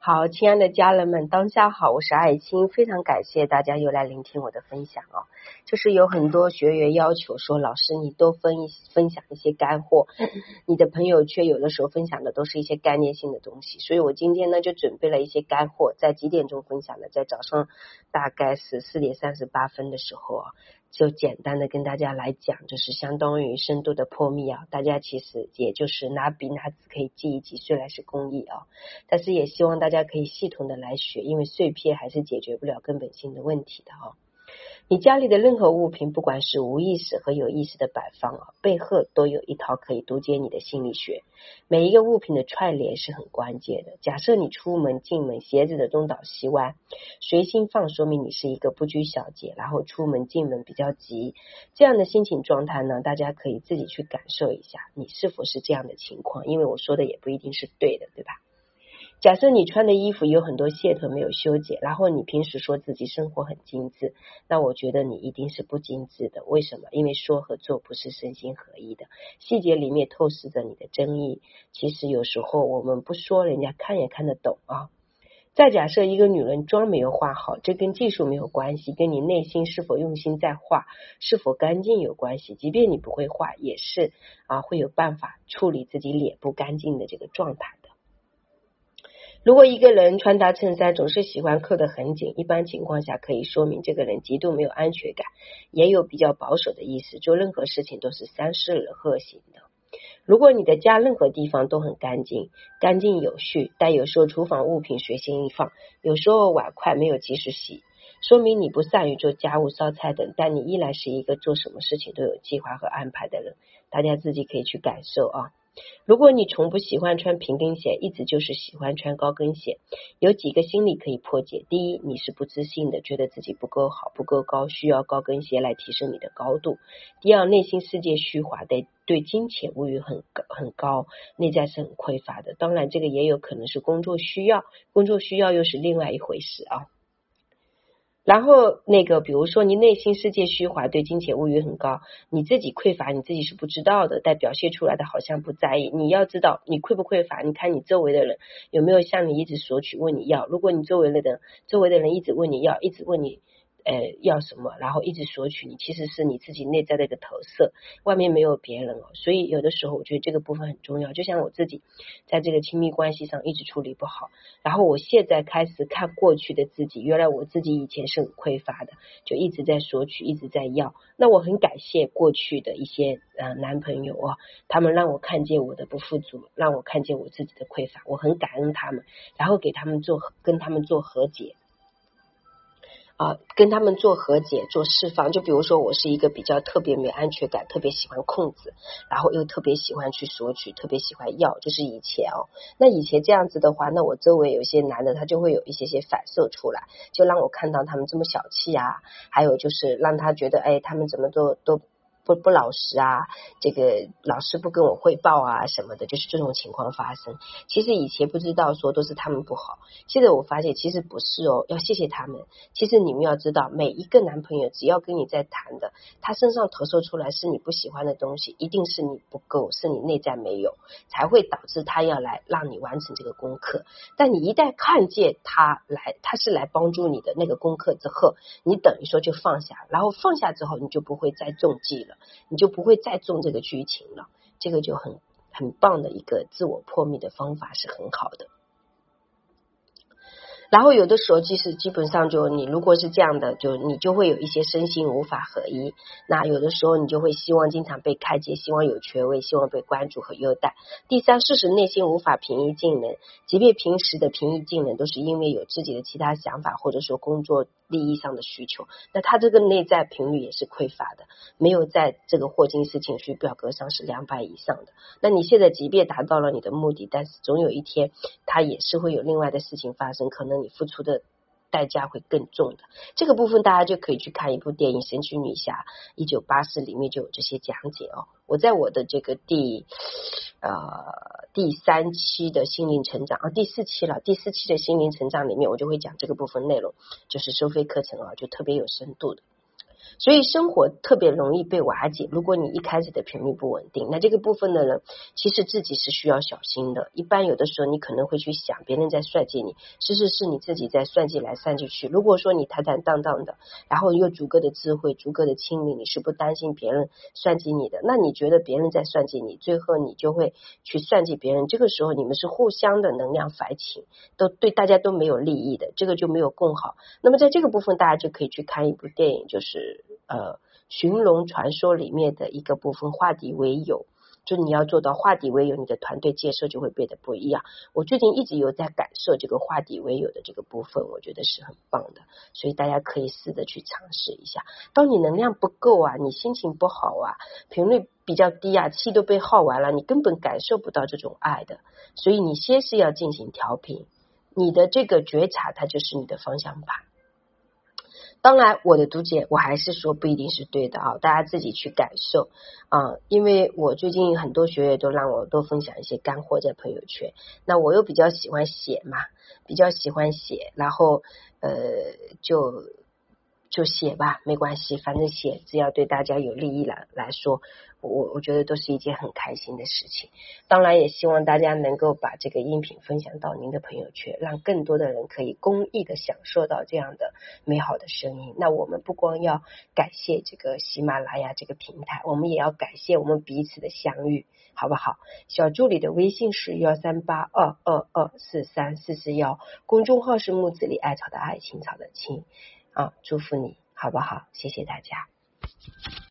好，亲爱的家人们，当下好，我是爱青，非常感谢大家又来聆听我的分享哦。就是有很多学员要求说，老师你多分享一些干货，你的朋友圈有的时候分享的都是一些概念性的东西，所以我今天呢就准备了一些干货，在几点钟分享呢？在早上大概14:38的时候啊，就简单的跟大家来讲，就是相当于深度的破密啊，大家其实也就是拿笔拿纸可以记一记，虽然是公益啊，但是也希望大家可以系统的来学，因为碎片还是解决不了根本性的问题的啊。你家里的任何物品，不管是无意识和有意识的摆放啊，背后都有一套可以读解你的心理学。每一个物品的串联是很关键的。假设你出门进门，鞋子的东倒西歪，随心放，说明你是一个不拘小节，然后出门进门比较急，这样的心情状态呢，大家可以自己去感受一下，你是否是这样的情况，因为我说的也不一定是对的，对吧？假设你穿的衣服有很多线头没有修剪，然后你平时说自己生活很精致，那我觉得你一定是不精致的。为什么？因为说和做不是身心合一的，细节里面透视着你的真意。其实有时候我们不说，人家看也看得懂啊。再假设一个女人妆没有化好，这跟技术没有关系，跟你内心是否用心在画，是否干净有关系。即便你不会画，也是会有办法处理自己脸不干净的这个状态的。如果一个人穿搭衬衫总是喜欢扣得很紧，一般情况下可以说明这个人极度没有安全感，也有比较保守的意识，做任何事情都是三思而后行的。如果你的家任何地方都很干净，干净有序，但有时候厨房物品随心一放，有时候碗筷没有及时洗，说明你不善于做家务、烧菜等，但你依然是一个做什么事情都有计划和安排的人。大家自己可以去感受啊。如果你从不喜欢穿平跟鞋，一直就是喜欢穿高跟鞋，有几个心理可以破解。第一，你是不自信的，觉得自己不够好、不够高，需要高跟鞋来提升你的高度。第二，内心世界虚华，对金钱物欲很高，内在是很匮乏的。当然这个也有可能是工作需要，工作需要又是另外一回事啊。然后比如说你内心世界虚华，对金钱物欲很高，你自己匮乏，你自己是不知道的，但表现出来的好像不在意。你要知道你匮不匮乏，你看你周围的人有没有向你一直索取，问你要。如果你周围的人一直问你要，一直问你要什么，然后一直索取，你其实是你自己内在的一个投射，外面没有别人哦。所以有的时候我觉得这个部分很重要，就像我自己在这个亲密关系上一直处理不好，然后我现在开始看过去的自己，原来我自己以前是很匮乏的，就一直在索取，一直在要。那我很感谢过去的一些男朋友哦，他们让我看见我的不富足，让我看见我自己的匮乏，我很感恩他们，然后跟他们做和解。跟他们做和解做释放。就比如说我是一个比较特别没安全感，特别喜欢控制，然后又特别喜欢去索取，特别喜欢要，就是以前那以前这样子的话，那我周围有些男的他就会有一些反射出来，就让我看到他们这么小气啊，还有就是让他觉得他们怎么都不老实啊，这个老师不跟我汇报啊什么的，就是这种情况发生。其实以前不知道说都是他们不好，现在我发现其实不是要谢谢他们。其实你们要知道，每一个男朋友只要跟你在谈的，他身上投射出来是你不喜欢的东西，一定是你不够，是你内在没有，才会导致他要来让你完成这个功课。但你一旦看见他是来帮助你的那个功课之后，你等于说就放下，然后放下之后你就不会再中计了，你就不会再中这个剧情了。这个就很棒的一个自我破灭的方法，是很好的。然后有的时候基本上就你如果是这样的，就你就会有一些身心无法合一，那有的时候你就会希望经常被开解，希望有权威，希望被关注和优待。第三，事实内心无法平易近人，即便平时的平易近人都是因为有自己的其他想法，或者说工作利益上的需求，那他这个内在频率也是匮乏的，没有在这个霍金斯情绪表格上是200以上的。那你现在即便达到了你的目的，但是总有一天它也是会有另外的事情发生，可能你付出的代价会更重的。这个部分大家就可以去看一部电影《神奇女侠1984》，里面就有这些讲解我在我的这个第3期的心灵成长第4期的心灵成长里面，我就会讲这个部分内容，就是收费课程就特别有深度的。 所以生活特别容易被瓦解。如果你一开始的频率不稳定，那这个部分的人其实自己是需要小心的。一般有的时候你可能会去想别人在算计你，其实是你自己在算计来算计去。如果说你坦坦荡荡的，然后有足够的智慧，足够的清明，你是不担心别人算计你的，那你觉得别人在算计你，最后你就会去算计别人，这个时候你们是互相的能量反倾，都对大家都没有利益的，这个就没有共好。那么在这个部分大家就可以去看一部电影，就是寻龙传说里面的一个部分，化敌为友，就你要做到化敌为友，你的团队建设就会变得不一样。我最近一直有在感受这个化敌为友的这个部分，我觉得是很棒的，所以大家可以试着去尝试一下。当你能量不够啊，你心情不好啊，频率比较低啊，气都被耗完了，你根本感受不到这种爱的。所以你先是要进行调频，你的这个觉察它就是你的方向盘。当然我的读解我还是说不一定是对的啊，大家自己去感受啊。因为我最近很多学员都让我多分享一些干货在朋友圈，那我又比较喜欢写嘛，然后就写吧，没关系，反正写只要对大家有利益来说，我觉得都是一件很开心的事情。当然也希望大家能够把这个音频分享到您的朋友圈，让更多的人可以公益的享受到这样的美好的声音。那我们不光要感谢这个喜马拉雅这个平台，我们也要感谢我们彼此的相遇，好不好？小助理的微信是13822243441，公众号是木子李艾草的艾，青草的青啊，祝福你好不好？谢谢大家。